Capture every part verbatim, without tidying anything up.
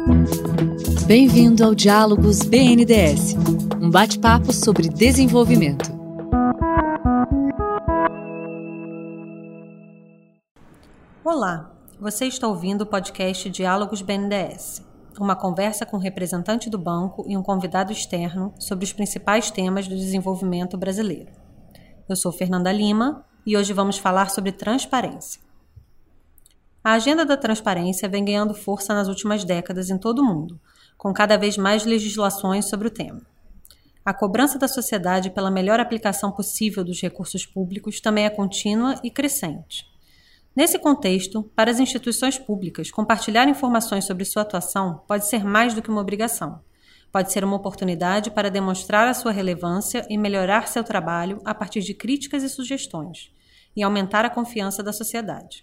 Bem-vindo ao Diálogos B N D E S, um bate-papo sobre desenvolvimento. Olá, você está ouvindo o podcast Diálogos B N D E S, uma conversa com um representante do banco e um convidado externo sobre os principais temas do desenvolvimento brasileiro. Eu sou Fernanda Lima e hoje vamos falar sobre transparência. A agenda da transparência vem ganhando força nas últimas décadas em todo o mundo, com cada vez mais legislações sobre o tema. A cobrança da sociedade pela melhor aplicação possível dos recursos públicos também é contínua e crescente. Nesse contexto, para as instituições públicas, compartilhar informações sobre sua atuação pode ser mais do que uma obrigação. Pode ser uma oportunidade para demonstrar a sua relevância e melhorar seu trabalho a partir de críticas e sugestões, e aumentar a confiança da sociedade.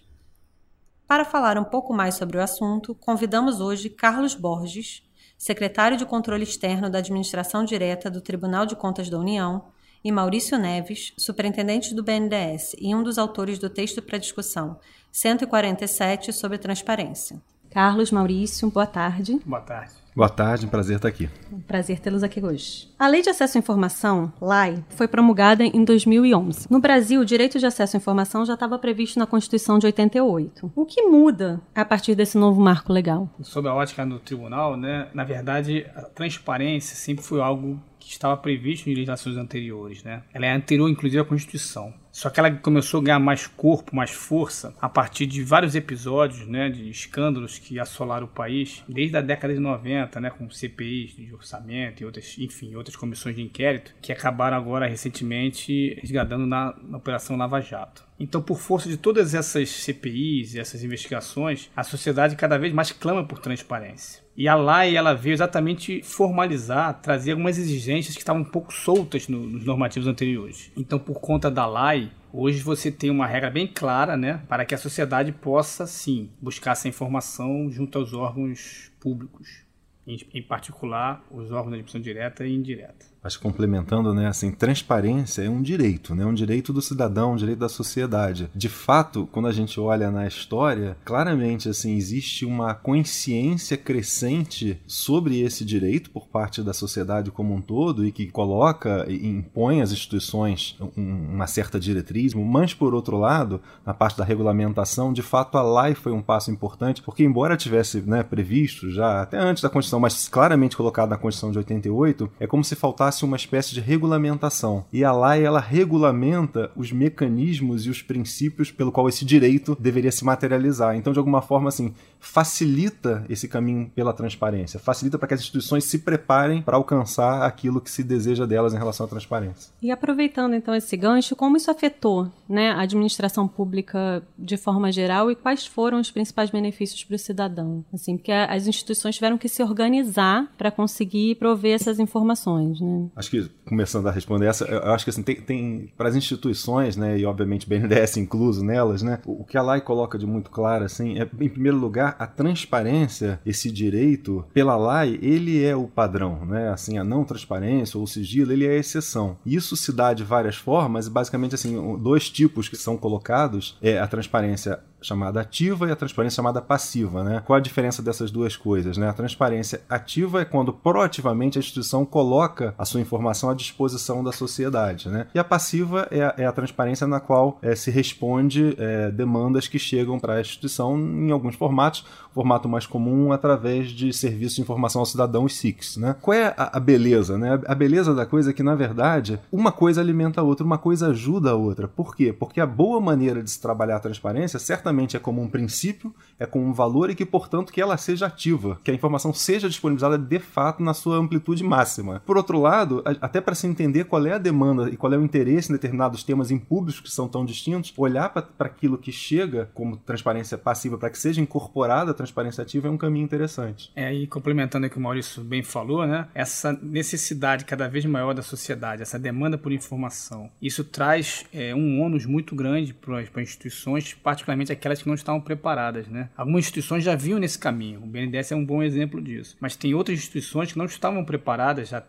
Para falar um pouco mais sobre o assunto, convidamos hoje Carlos Borges, secretário de Controle Externo da Administração Direta do Tribunal de Contas da União, e Maurício Neves, superintendente do B N D E S e um dos autores do texto para discussão cento e quarenta e sete sobre transparência. Carlos, Maurício, boa tarde. Boa tarde. Boa tarde, um prazer estar aqui. Um prazer tê-los aqui hoje. A Lei de Acesso à Informação, L A I, foi promulgada em dois mil e onze. No Brasil, o direito de acesso à informação já estava previsto na Constituição de oitenta e oito. O que muda a partir desse novo marco legal? Sob a ótica do tribunal, né, na verdade, a transparência sempre foi algo que estava previsto em legislações anteriores, né? Ela é anterior, inclusive, à Constituição. Só que ela começou a ganhar mais corpo, mais força, a partir de vários episódios, né, de escândalos que assolaram o país, desde a década de noventa, né, com C P Is de orçamento e outras, enfim, outras comissões de inquérito, que acabaram agora recentemente resguardando na, na Operação Lava Jato. Então, por força de todas essas C P Is e essas investigações, a sociedade cada vez mais clama por transparência. E a L A I, ela veio exatamente formalizar, trazer algumas exigências que estavam um pouco soltas no, nos normativos anteriores. Então, por conta da L A I, hoje você tem uma regra bem clara, né, para que a sociedade possa, sim, buscar essa informação junto aos órgãos públicos, em, em particular os órgãos da administração direta e indireta. Mas complementando, né, assim, transparência é um direito, né, um direito do cidadão, um direito da sociedade. De fato, quando a gente olha na história, claramente, assim, existe uma consciência crescente sobre esse direito por parte da sociedade como um todo e que coloca e impõe às instituições uma certa diretriz, mas, por outro lado, na parte da regulamentação, de fato, a L A I foi um passo importante, porque embora tivesse, né, previsto já até antes da Constituição, mas claramente colocado na Constituição de oitenta e oito, é como se faltasse uma espécie de regulamentação. E a L A I, ela regulamenta os mecanismos e os princípios pelo qual esse direito deveria se materializar. Então, de alguma forma, assim, facilita esse caminho pela transparência, facilita para que as instituições se preparem para alcançar aquilo que se deseja delas em relação à transparência. E aproveitando, então, esse gancho, como isso afetou, né, a administração pública de forma geral e quais foram os principais benefícios para o cidadão? Assim, porque as instituições tiveram que se organizar para conseguir prover essas informações, né? Acho que, começando a responder essa, eu acho que assim, tem, tem para as instituições, né, e obviamente o B N D E S incluso nelas, né, o, o que a L A I coloca de muito claro, assim, é, em primeiro lugar, a transparência, esse direito, pela L A I, ele é o padrão, né, assim, a não transparência ou o sigilo, ele é a exceção. Isso se dá de várias formas, basicamente, assim, dois tipos que são colocados, é a transparência chamada ativa e a transparência chamada passiva, né? Qual a diferença dessas duas coisas, né? A transparência ativa é quando proativamente a instituição coloca a sua informação à disposição da sociedade, né? E a passiva é a, é a transparência na qual é, se responde é, demandas que chegam para a instituição em alguns formatos, o formato mais comum através de serviços de informação ao cidadão, os S I Cs, né? Qual é a, a beleza, né? A beleza da coisa é que, na verdade, uma coisa alimenta a outra, uma coisa ajuda a outra. Por quê? Porque a boa maneira de se trabalhar a transparência, certamente é como um princípio, é como um valor e que, portanto, que ela seja ativa, que a informação seja disponibilizada de fato na sua amplitude máxima. Por outro lado, até para se entender qual é a demanda e qual é o interesse em determinados temas em públicos que são tão distintos, olhar para aquilo que chega como transparência passiva para que seja incorporada a transparência ativa é um caminho interessante. É, e complementando o que o Maurício bem falou, né, essa necessidade cada vez maior da sociedade, essa demanda por informação, isso traz é, um ônus muito grande para as instituições, particularmente aquelas que não estavam preparadas, né? Algumas instituições já vinham nesse caminho, o B N D E S é um bom exemplo disso, mas tem outras instituições que não estavam preparadas até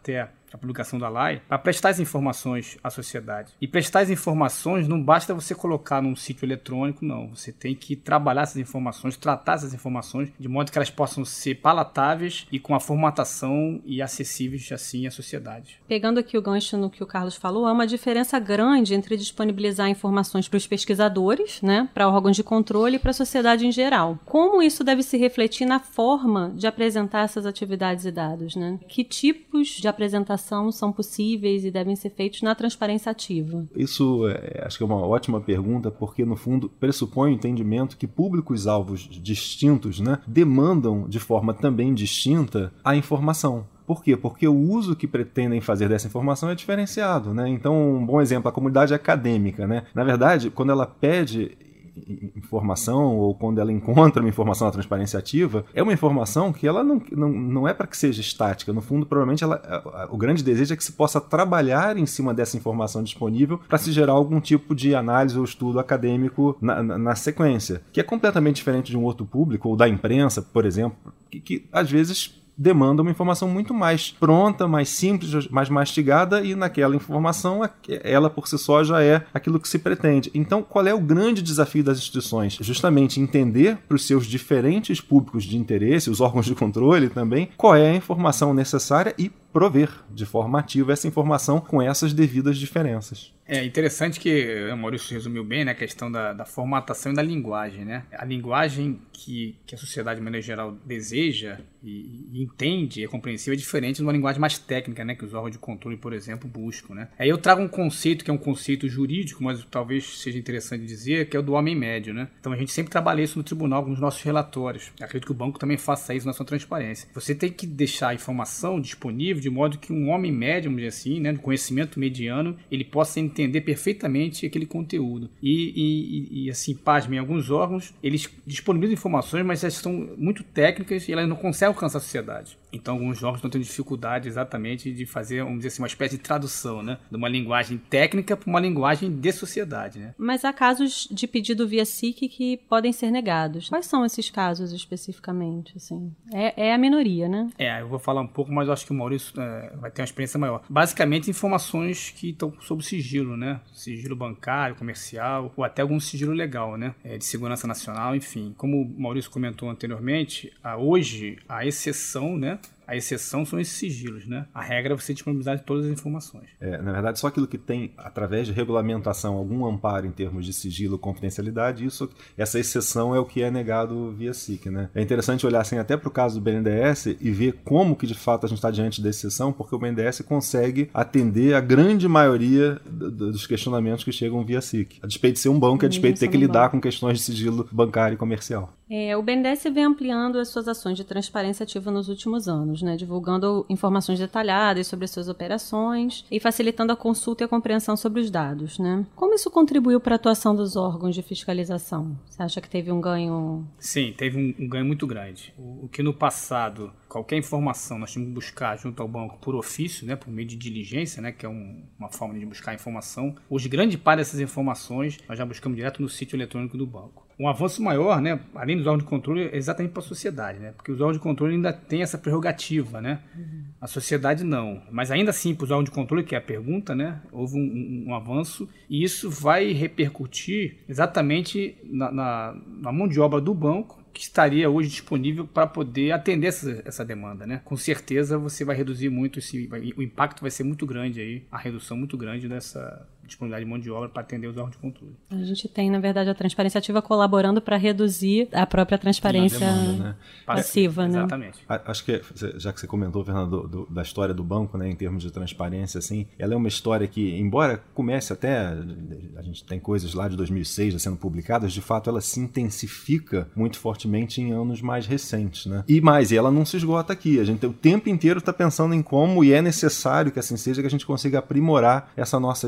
a publicação da L A I, para prestar as informações à sociedade. E prestar as informações não basta você colocar num sítio eletrônico, não. Você tem que trabalhar essas informações, tratar essas informações de modo que elas possam ser palatáveis e com a formatação e acessíveis assim à sociedade. Pegando aqui o gancho no que o Carlos falou, há uma diferença grande entre disponibilizar informações para os pesquisadores, né, para órgãos de controle e para a sociedade em geral. Como isso deve se refletir na forma de apresentar essas atividades e dados, né? Que tipos de apresentação são possíveis e devem ser feitos na transparência ativa? Isso é, acho que é uma ótima pergunta, porque no fundo pressupõe o entendimento que públicos-alvos distintos, né, demandam de forma também distinta a informação. Por quê? Porque o uso que pretendem fazer dessa informação é diferenciado, né? Então, um bom exemplo, a comunidade acadêmica, né? Na verdade, quando ela pede informação ou quando ela encontra uma informação na transparência ativa, é uma informação que ela não, não, não é para que seja estática. No fundo, provavelmente, ela, o grande desejo é que se possa trabalhar em cima dessa informação disponível para se gerar algum tipo de análise ou estudo acadêmico na, na, na sequência, que é completamente diferente de um outro público, ou da imprensa, por exemplo, que, que às vezes demanda uma informação muito mais pronta, mais simples, mais mastigada, e naquela informação ela por si só já é aquilo que se pretende. Então, qual é o grande desafio das instituições? Justamente entender para os seus diferentes públicos de interesse, os órgãos de controle também, qual é a informação necessária e prover de forma ativa essa informação com essas devidas diferenças. É interessante que o Maurício resumiu bem, né, a questão da, da formatação e da linguagem, né? A linguagem que, que a sociedade, de maneira geral, deseja e, e entende, é compreensível, é diferente de uma linguagem mais técnica, né, que os órgãos de controle, por exemplo, buscam, né? Aí eu trago um conceito que é um conceito jurídico, mas talvez seja interessante dizer, que é o do homem médio, né? Então a gente sempre trabalha isso no tribunal, nos nossos relatórios. Eu acredito que o banco também faça isso na sua transparência. Você tem que deixar a informação disponível de modo que um homem médio, vamos dizer assim, né, de conhecimento mediano, ele possa entender perfeitamente aquele conteúdo. E, e, e assim, pasmem, alguns órgãos, eles disponibilizam informações, mas elas são muito técnicas e elas não conseguem alcançar a sociedade. Então, alguns órgãos estão tendo dificuldade exatamente de fazer, vamos dizer assim, uma espécie de tradução, né, de uma linguagem técnica para uma linguagem de sociedade, né? Mas há casos de pedido via S I C que podem ser negados. Quais são esses casos especificamente? Assim? É, é a minoria, né? É, eu vou falar um pouco, mas eu acho que o Maurício é, vai ter uma experiência maior. Basicamente, informações que estão sob sigilo, né? Sigilo bancário, comercial, ou até algum sigilo legal, né? É, de segurança nacional, enfim. Como o Maurício comentou anteriormente, a, hoje a exceção, né? A exceção são esses sigilos, né? A regra é você disponibilizar todas as informações. É, na verdade, só aquilo que tem, através de regulamentação, algum amparo em termos de sigilo ou confidencialidade, isso, essa exceção é o que é negado via S I C, né? É interessante olhar assim, até para o caso do B N D E S e ver como que de fato a gente está diante da exceção, porque o B N D E S consegue atender a grande maioria do, dos questionamentos que chegam via S I C. A despeito de ser um banco, a despeito de ter que lidar com questões de sigilo bancário e comercial. É, o B N D E S vem ampliando as suas ações de transparência ativa nos últimos anos, né, divulgando informações detalhadas sobre as suas operações e facilitando a consulta e a compreensão sobre os dados, né? Como isso contribuiu para a atuação dos órgãos de fiscalização? Você acha que teve um ganho? Sim, teve um, um ganho muito grande. O, o que no passado, qualquer informação nós tínhamos que buscar junto ao banco por ofício, né, por meio de diligência, né, que é um, uma forma de buscar informação. Hoje, grande parte dessas informações nós já buscamos direto no sítio eletrônico do banco. Um avanço maior, né, além dos órgãos de controle, é exatamente para a sociedade, né, porque os órgãos de controle ainda têm essa prerrogativa, né, uhum. A sociedade não. Mas ainda assim, para os órgãos de controle, que é a pergunta, né, houve um, um, um avanço e isso vai repercutir exatamente na, na, na mão de obra do banco, que estaria hoje disponível para poder atender essa, essa demanda, né? Com certeza você vai reduzir muito esse, vai, o impacto vai ser muito grande aí, a redução muito grande dessa disponibilidade de mão de obra para atender os órgãos de controle. A gente tem, na verdade, a transparência ativa colaborando para reduzir a própria transparência demanda, né? passiva, né? Exatamente. Acho que, já que você comentou, Fernando, do, do, da história do banco, né, em termos de transparência, assim, ela é uma história que, embora comece até, a gente tem coisas lá de dois mil e seis já sendo publicadas, de fato ela se intensifica muito fortemente em anos mais recentes, né? E mais, e ela não se esgota aqui. A gente o tempo inteiro está pensando em como, e é necessário que assim seja, que a gente consiga aprimorar essa nossa história de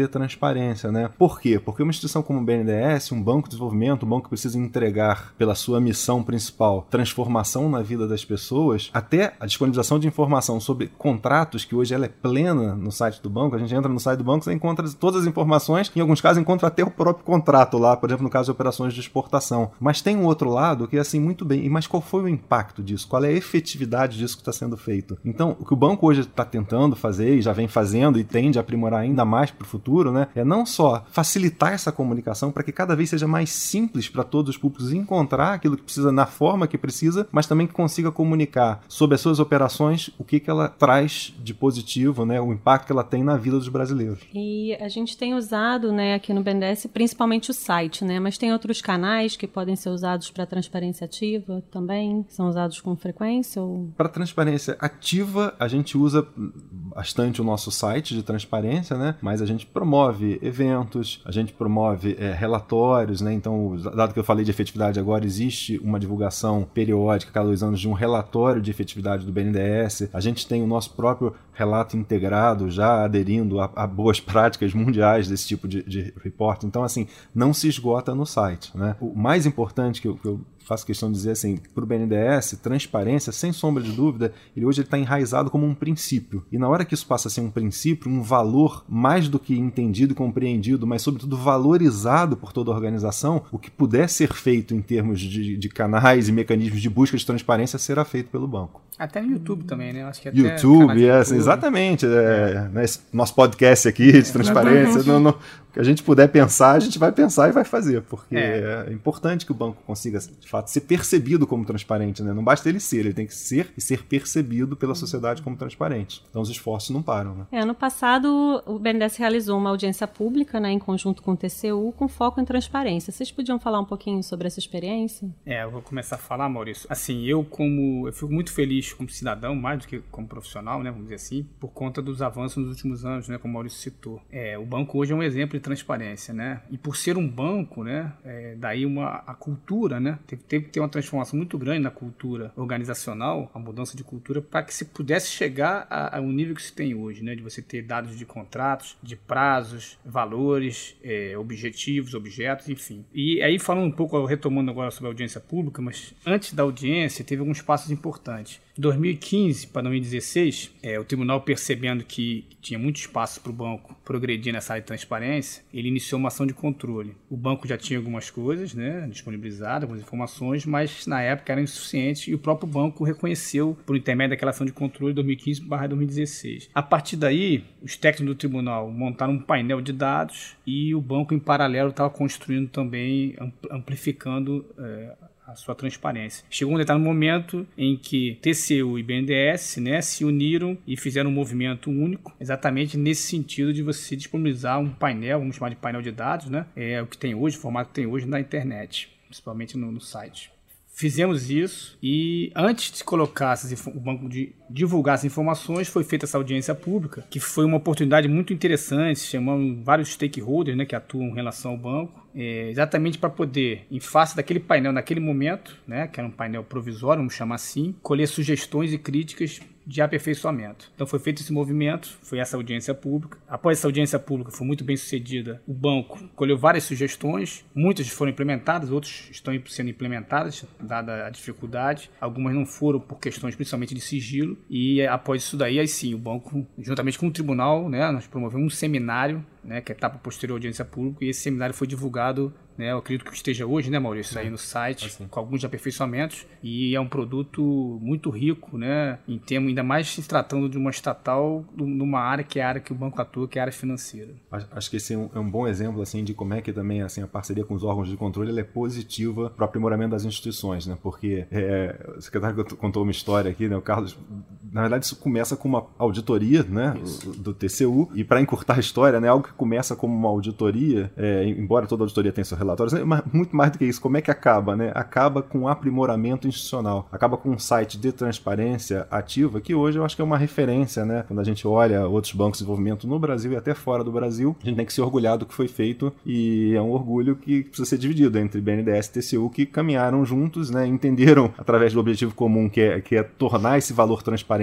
de transparência, né? Por quê? Porque uma instituição como o B N D E S, um banco de desenvolvimento, um banco que precisa entregar pela sua missão principal transformação na vida das pessoas, até a disponibilização de informação sobre contratos, que hoje ela é plena no site do banco. A gente entra no site do banco, você encontra todas as informações, em alguns casos encontra até o próprio contrato lá, por exemplo, no caso de operações de exportação. Mas tem um outro lado que é assim, muito bem, mas qual foi o impacto disso? Qual é a efetividade disso que está sendo feito? Então, o que o banco hoje está tentando fazer, e já vem fazendo, e tende a aprimorar ainda mais para o futuro, né, é não só facilitar essa comunicação para que cada vez seja mais simples para todos os públicos encontrar aquilo que precisa na forma que precisa, mas também que consiga comunicar sobre as suas operações, o que, que ela traz de positivo, né, o impacto que ela tem na vida dos brasileiros. E a gente tem usado, né, aqui no B N D E S, principalmente o site, né, mas tem outros canais que podem ser usados para transparência ativa também? São usados com frequência? Ou... Para transparência ativa, a gente usa bastante o nosso site de transparência, né, mas a gente promove eventos, a gente promove é, relatórios, né, então, dado que eu falei de efetividade agora, existe uma divulgação periódica, cada dois anos, de um relatório de efetividade do B N D E S. A gente tem o nosso próprio relato integrado, já aderindo a, a boas práticas mundiais desse tipo de, de report. Então, assim, não se esgota no site, né? O mais importante que eu, que eu faço questão de dizer assim, para o B N D E S, transparência, sem sombra de dúvida, ele hoje está enraizado como um princípio. E na hora que isso passa a ser um princípio, um valor mais do que entendido e compreendido, mas sobretudo valorizado por toda a organização, o que puder ser feito em termos de, de canais e mecanismos de busca de transparência será feito pelo banco. Até no YouTube também, né? Acho que até YouTube, é, assim, exatamente. É, é. Né, nosso podcast aqui de transparência, não, não, o que a gente puder pensar, a gente vai pensar e vai fazer, porque é, é importante que o banco consiga, de fato, ser percebido como transparente, né? Não basta ele ser, ele tem que ser e ser percebido pela sociedade como transparente. Então os esforços não param, né? É, ano passado o B N D E S realizou uma audiência pública, né, em conjunto com o T C U, com foco em transparência. Vocês podiam falar um pouquinho sobre essa experiência? É, eu vou começar a falar, Maurício. Assim, eu como, eu fico muito feliz como cidadão, mais do que como profissional, né, vamos dizer assim, por conta dos avanços nos últimos anos, né, como o Maurício citou. É, o banco hoje é um exemplo de transparência, né, e por ser um banco, né, é, daí uma, a cultura, né, teve, teve que ter uma transformação muito grande na cultura organizacional, a mudança de cultura, para que se pudesse chegar ao nível que se tem hoje, né, de você ter dados de contratos, de prazos, valores, é, objetivos, objetos, enfim. E aí falando um pouco, retomando agora sobre a audiência pública, mas antes da audiência teve alguns passos importantes. Em dois mil e quinze para dois mil e dezesseis, é, o tribunal, percebendo que tinha muito espaço para o banco progredir nessa área de transparência, ele iniciou uma ação de controle. O banco já tinha algumas coisas, né, disponibilizadas, algumas informações, mas na época eram insuficientes e o próprio banco reconheceu por intermédio daquela ação de controle de dois mil e quinze para dois mil e dezesseis. A partir daí, os técnicos do tribunal montaram um painel de dados e o banco, em paralelo, estava construindo também, amplificando é, a sua transparência. Chegou um determinado momento em que T C U e B N D E S, né, se uniram e fizeram um movimento único, exatamente nesse sentido de você disponibilizar um painel, vamos chamar de painel de dados, né, é o que tem hoje, o formato que tem hoje na internet, principalmente no, no site. Fizemos isso e antes de colocar essas, o banco de divulgar as informações, foi feita essa audiência pública, que foi uma oportunidade muito interessante, chamando vários stakeholders, né, que atuam em relação ao banco, é, exatamente para poder, em face daquele painel naquele momento, né, que era um painel provisório, vamos chamar assim, colher sugestões e críticas de aperfeiçoamento. Então foi feito esse movimento, foi essa audiência pública. Após essa audiência pública, foi muito bem sucedida, o banco colheu várias sugestões, muitas foram implementadas, outras estão sendo implementadas, dada a dificuldade, algumas não foram por questões principalmente de sigilo, e após isso daí, aí sim, o banco, juntamente com o tribunal, né, nós promovemos um seminário, né, que é a etapa posterior à audiência pública, e esse seminário foi divulgado, né, eu acredito que esteja hoje, né, Maurício, aí no site, assim, com alguns aperfeiçoamentos, e é um produto muito rico, né, em termos, ainda mais se tratando de uma estatal, numa área que é a área que o banco atua, que é a área financeira. Acho que esse é um, é um bom exemplo, assim, de como é que também, assim, a parceria com os órgãos de controle ela é positiva para o aprimoramento das instituições, né, porque é, o secretário contou uma história aqui, né, o Carlos, na verdade isso começa com uma auditoria, né, do, do T C U, e para encurtar a história, né, algo que começa como uma auditoria, é, embora toda auditoria tenha seu relatórios, mas muito mais do que isso, como é que acaba, né? Acaba com um aprimoramento institucional, acaba com um site de transparência ativa, que hoje eu acho que é uma referência, né? Quando a gente olha outros bancos de desenvolvimento no Brasil e até fora do Brasil, a gente tem que se orgulhar do que foi feito, e é um orgulho que precisa ser dividido entre B N D E S e T C U, que caminharam juntos, né? Entenderam através do objetivo comum, que é, que é tornar esse valor transparente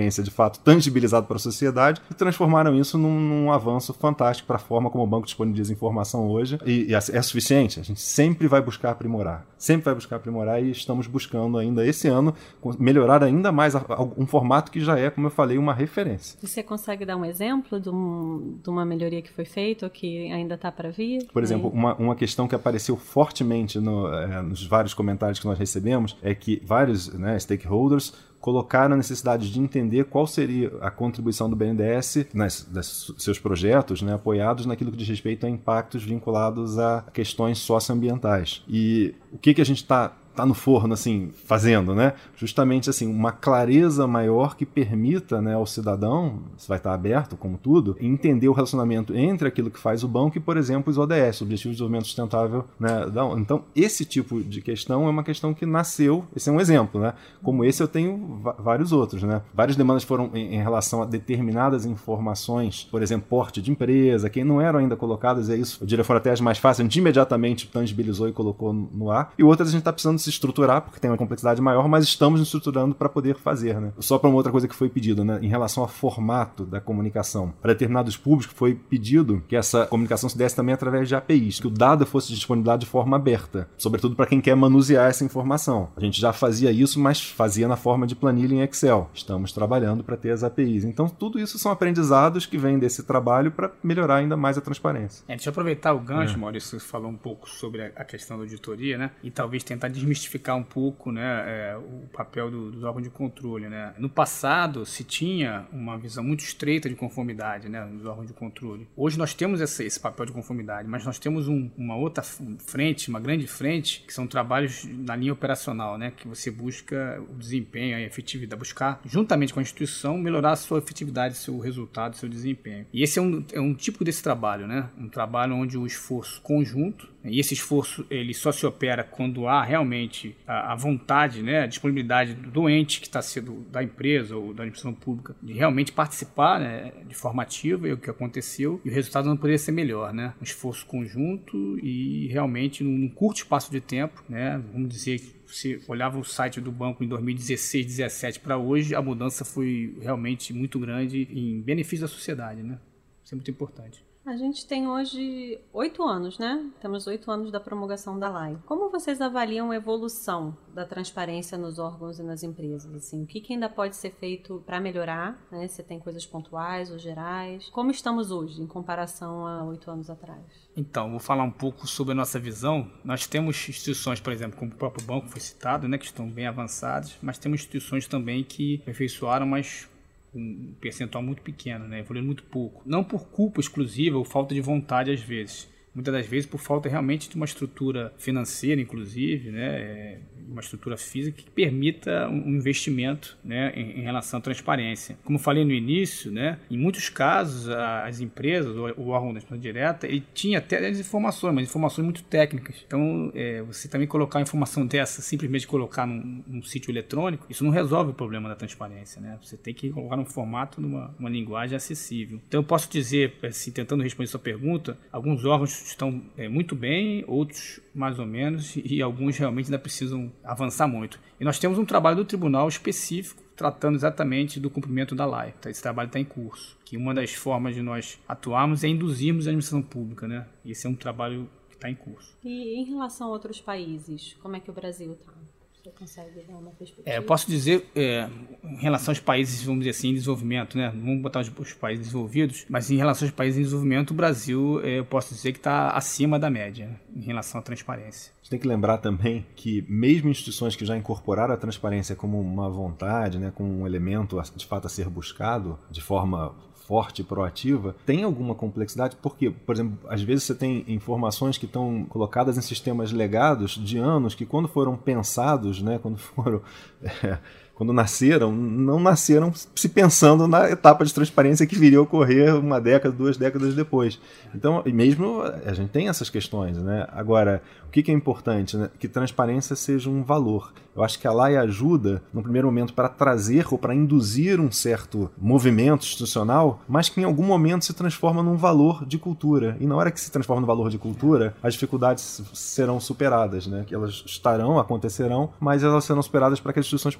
transparência de fato tangibilizado para a sociedade e transformaram isso num, num avanço fantástico para a forma como o banco disponibiliza informação hoje. E, e é suficiente? A gente sempre vai buscar aprimorar. Sempre vai buscar aprimorar e estamos buscando ainda esse ano melhorar ainda mais um formato que já é, como eu falei, uma referência. Você consegue dar um exemplo de, um, de uma melhoria que foi feita ou que ainda está para vir? Por exemplo, é. uma, uma questão que apareceu fortemente no, é, nos vários comentários que nós recebemos é que vários, né, stakeholders colocaram a necessidade de entender qual seria a contribuição do B N D E S nas, nas seus projetos, né, apoiados naquilo que diz respeito a impactos vinculados a questões socioambientais. E o que, que a gente está tá no forno, assim, fazendo, né? Justamente, assim, uma clareza maior que permita, né, ao cidadão, isso vai estar aberto, como tudo, entender o relacionamento entre aquilo que faz o banco e, por exemplo, os O D S, Objetivos de Desenvolvimento Sustentável, né? Então, esse tipo de questão é uma questão que nasceu, esse é um exemplo, né? Como esse eu tenho vários outros, né? Várias demandas foram em, em relação a determinadas informações, por exemplo, porte de empresa, que não eram ainda colocadas, é isso, eu diria, foram até as mais fáceis, a gente imediatamente tangibilizou e colocou no ar, e outras a gente está precisando se estruturar, porque tem uma complexidade maior, mas estamos nos estruturando para poder fazer, né? Só para uma outra coisa que foi pedido, né? Em relação ao formato da comunicação. Para determinados públicos foi pedido que essa comunicação se desse também através de A P Is, que o dado fosse disponibilizado de forma aberta, sobretudo para quem quer manusear essa informação. A gente já fazia isso, mas fazia na forma de planilha em Excel. Estamos trabalhando para ter as A P Is. Então, tudo isso são aprendizados que vêm desse trabalho para melhorar ainda mais a transparência. É, deixa eu aproveitar o gancho, é. Maurício, você falou um pouco sobre a questão da auditoria, né? E talvez tentar desmistificar desmistificar um pouco, né, é, o papel do, dos órgãos de controle, né? No passado se tinha uma visão muito estreita de conformidade, né, dos órgãos de controle. Hoje nós temos esse, esse papel de conformidade, mas nós temos um, uma outra frente, uma grande frente, que são trabalhos na linha operacional, né, que você busca o desempenho, a efetividade, buscar juntamente com a instituição melhorar a sua efetividade, seu resultado, seu desempenho. E esse é um, é um tipo desse trabalho, né? Um trabalho onde o esforço conjunto, e esse esforço ele só se opera quando há realmente a, a vontade, né, a disponibilidade do ente que está sendo da empresa ou da administração pública de realmente participar, né, de forma ativa, é o que aconteceu, e o resultado não poderia ser melhor, né? Um esforço conjunto e realmente num curto espaço de tempo, né? Vamos dizer que se olhava o site do banco em dois mil e dezesseis, dois mil e dezessete para hoje, a mudança foi realmente muito grande em benefício da sociedade, né? Isso é muito importante. A gente tem hoje oito anos, né? Temos oito anos da promulgação da L A I. Como vocês avaliam a evolução da transparência nos órgãos e nas empresas? Assim, o que, que ainda pode ser feito para melhorar? Né? Se tem coisas pontuais ou gerais? Como estamos hoje em comparação a oito anos atrás? Então, vou falar um pouco sobre a nossa visão. Nós temos instituições, por exemplo, como o próprio banco foi citado, né, que estão bem avançadas, mas temos instituições também que aperfeiçoaram, mas um percentual muito pequeno, né? Evoluindo muito pouco. Não por culpa exclusiva ou falta de vontade às vezes. Muitas das vezes por falta realmente de uma estrutura financeira, inclusive, né? Uma estrutura física que permita um investimento, né, em, em relação à transparência. Como eu falei no início, né, em muitos casos as empresas, o órgão da administração direta, ele tinha até as informações, mas informações muito técnicas. Então, é, você também colocar uma informação dessa, simplesmente colocar num, num sítio eletrônico, isso não resolve o problema da transparência, né? Você tem que colocar num formato, numa uma linguagem acessível. Então, eu posso dizer, assim, tentando responder a sua pergunta, alguns órgãos estão é, muito bem, outros mais ou menos, e, e alguns realmente ainda precisam avançar muito. E nós temos um trabalho do tribunal específico tratando exatamente do cumprimento da L A I. Então, esse trabalho está em curso. Que uma das formas de nós atuarmos é induzirmos a administração pública, né? E esse é um trabalho que está em curso. E em relação a outros países, como é que o Brasil está? Você consegue dar uma perspectiva? É, eu posso dizer, é, em relação aos países, vamos dizer assim, em desenvolvimento, né? Vamos botar os, os países desenvolvidos, mas em relação aos países em desenvolvimento, o Brasil, é, eu posso dizer que está acima da média, né, em relação à transparência. A gente tem que lembrar também que mesmo instituições que já incorporaram a transparência como uma vontade, né, como um elemento de fato a ser buscado de forma forte e proativa, tem alguma complexidade, porque, por exemplo, às vezes você tem informações que estão colocadas em sistemas legados de anos que quando foram pensados, né, quando foram... É, quando nasceram, não nasceram se pensando na etapa de transparência que viria a ocorrer uma década, duas décadas depois. Então, e mesmo a gente tem essas questões, né? Agora, o que é importante? Né? Que transparência seja um valor. Eu acho que a L A I ajuda, no primeiro momento, para trazer ou para induzir um certo movimento institucional, mas que em algum momento se transforma num valor de cultura. E na hora que se transforma num valor de cultura, as dificuldades serão superadas, né? Que elas estarão, acontecerão, mas elas serão superadas para que as instituições possam evoluir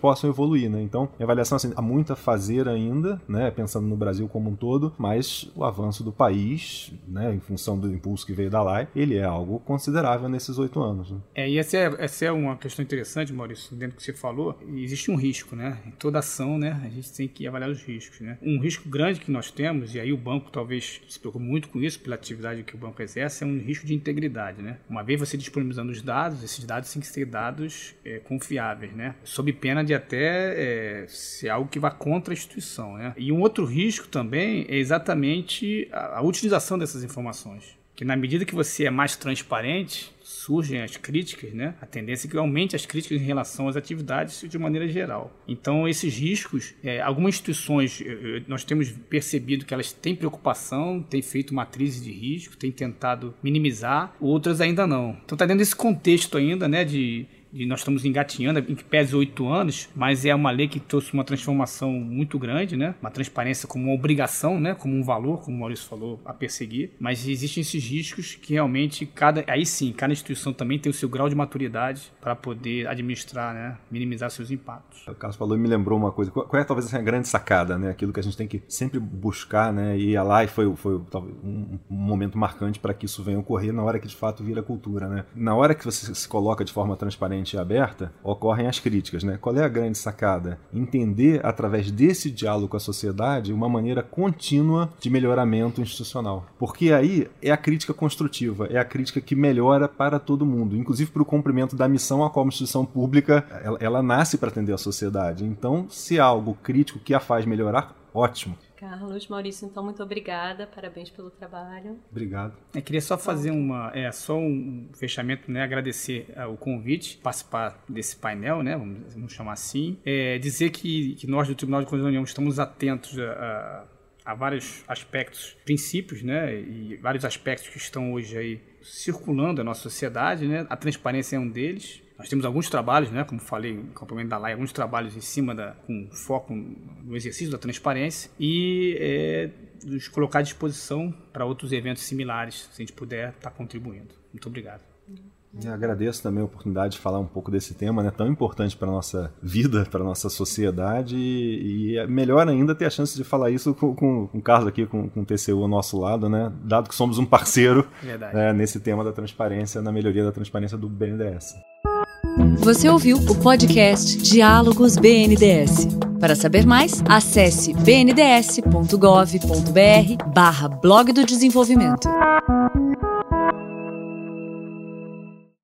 evoluir, né? Então, a avaliação, assim, há muito a fazer ainda, né? Pensando no Brasil como um todo, mas o avanço do país, né? Em função do impulso que veio da L A I, ele é algo considerável nesses oito anos. Né? É, e essa é, essa é uma questão interessante, Maurício, dentro do que você falou. Existe um risco, né? Em toda ação, né? A gente tem que avaliar os riscos, né? Um risco grande que nós temos, e aí o banco talvez se preocupe muito com isso, pela atividade que o banco exerce, é um risco de integridade, né? Uma vez você disponibilizando os dados, esses dados têm que ser dados é, confiáveis, né? Sob pena de até é, ser algo que vá contra a instituição, né? E um outro risco também é exatamente a, a utilização dessas informações. Que na medida que você é mais transparente, surgem as críticas, né? A tendência é que aumente as críticas em relação às atividades de maneira geral. Então, esses riscos, é, algumas instituições, nós temos percebido que elas têm preocupação, têm feito matrizes de risco, têm tentado minimizar, outras ainda não. Então, está dentro desse contexto ainda, né, de... E nós estamos engatinhando, em que pese oito anos, mas é uma lei que trouxe uma transformação muito grande, né? Uma transparência como uma obrigação, né? Como um valor, como o Maurício falou, a perseguir. Mas existem esses riscos que realmente, cada, aí sim, cada instituição também tem o seu grau de maturidade para poder administrar, né? Minimizar seus impactos. O Carlos falou e me lembrou uma coisa. Qual é talvez assim, a grande sacada, né? Aquilo que a gente tem que sempre buscar, né? E a lá e foi, foi talvez, um, um momento marcante para que isso venha ocorrer na hora que de fato vira cultura, né? Na hora que você se coloca de forma transparente e aberta, ocorrem as críticas, né? Qual é a grande sacada? Entender, através desse diálogo com a sociedade, uma maneira contínua de melhoramento institucional. Porque aí é a crítica construtiva, é a crítica que melhora para todo mundo, inclusive para o cumprimento da missão a qual uma instituição pública, ela, ela nasce para atender a sociedade. Então, se há algo crítico que a faz melhorar, ótimo. Carlos, Maurício, então muito obrigada, parabéns pelo trabalho. Obrigado. Eu queria só fazer uma, é, só um fechamento, né, agradecer uh, o convite, participar desse painel, né, vamos, vamos chamar assim, é, dizer que, que nós do Tribunal de Contas da União estamos atentos a, a, a vários aspectos, princípios, né, e vários aspectos que estão hoje aí circulando a nossa sociedade, né, a transparência é um deles. Nós temos alguns trabalhos, né, como falei, em complemento da L A I, alguns trabalhos em cima da, com foco no exercício da transparência e é, nos colocar à disposição para outros eventos similares, se a gente puder estar contribuindo. Muito obrigado. Eu agradeço também a oportunidade de falar um pouco desse tema, né, tão importante para a nossa vida, para a nossa sociedade, e, e é melhor ainda ter a chance de falar isso com, com, com o Carlos aqui, com, com o T C U ao nosso lado, né, dado que somos um parceiro é, nesse tema da transparência, na melhoria da transparência do B N D E S. Você ouviu o podcast Diálogos B N D E S. Para saber mais, acesse b n d s ponto gov ponto b r barra blog do desenvolvimento.